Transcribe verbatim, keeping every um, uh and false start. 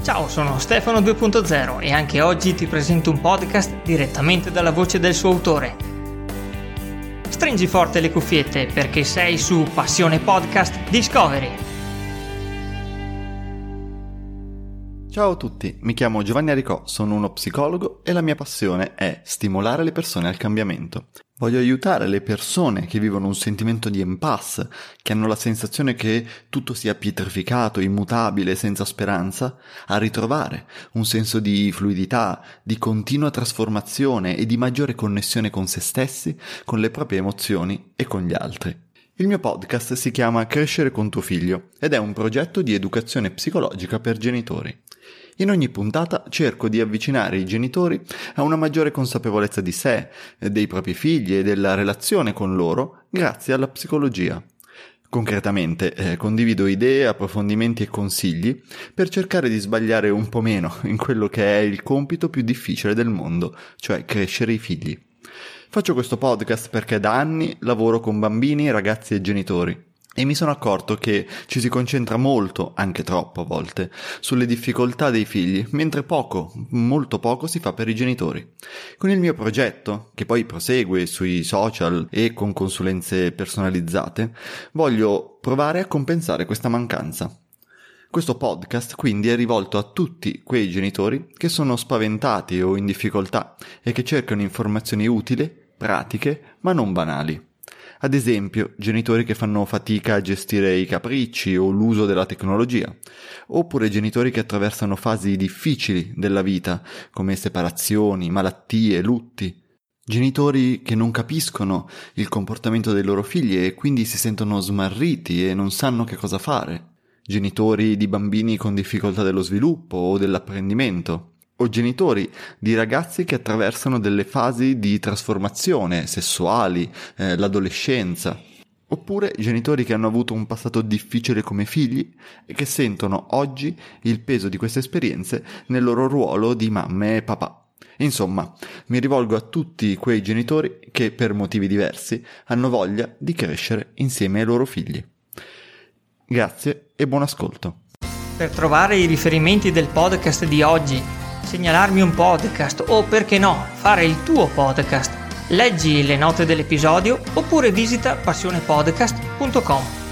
Ciao, sono Stefano due punto zero e anche oggi ti presento un podcast direttamente dalla voce del suo autore. Stringi forte le cuffiette perché sei su Passione Podcast Discovery. Ciao a tutti, mi chiamo Giovanni Aricò, sono uno psicologo e la mia passione è stimolare le persone al cambiamento. Voglio aiutare le persone che vivono un sentimento di impasse, che hanno la sensazione che tutto sia pietrificato, immutabile, senza speranza, a ritrovare un senso di fluidità, di continua trasformazione e di maggiore connessione con se stessi, con le proprie emozioni e con gli altri. Il mio podcast si chiama Crescere con tuo figlio ed è un progetto di educazione psicologica per genitori. In ogni puntata cerco di avvicinare i genitori a una maggiore consapevolezza di sé, dei propri figli e della relazione con loro grazie alla psicologia. Concretamente eh, condivido idee, approfondimenti e consigli per cercare di sbagliare un po' meno in quello che è il compito più difficile del mondo, cioè crescere i figli. Faccio questo podcast perché da anni lavoro con bambini, ragazzi e genitori. E mi sono accorto che ci si concentra molto, anche troppo a volte, sulle difficoltà dei figli, mentre poco, molto poco si fa per i genitori. Con il mio progetto, che poi prosegue sui social e con consulenze personalizzate, voglio provare a compensare questa mancanza. Questo podcast quindi è rivolto a tutti quei genitori che sono spaventati o in difficoltà e che cercano informazioni utili, pratiche, ma non banali. Ad esempio, genitori che fanno fatica a gestire i capricci o l'uso della tecnologia, oppure genitori che attraversano fasi difficili della vita, come separazioni, malattie, lutti. Genitori che non capiscono il comportamento dei loro figli e quindi si sentono smarriti e non sanno che cosa fare. Genitori di bambini con difficoltà dello sviluppo o dell'apprendimento. O genitori di ragazzi che attraversano delle fasi di trasformazione sessuali, eh, l'adolescenza. Oppure genitori che hanno avuto un passato difficile come figli e che sentono oggi il peso di queste esperienze nel loro ruolo di mamme e papà. Insomma, mi rivolgo a tutti quei genitori che per motivi diversi hanno voglia di crescere insieme ai loro figli. Grazie e buon ascolto. Per trovare i riferimenti del podcast di oggi, segnalarmi un podcast o, perché no, fare il tuo podcast, leggi le note dell'episodio oppure visita passionepodcast punto com.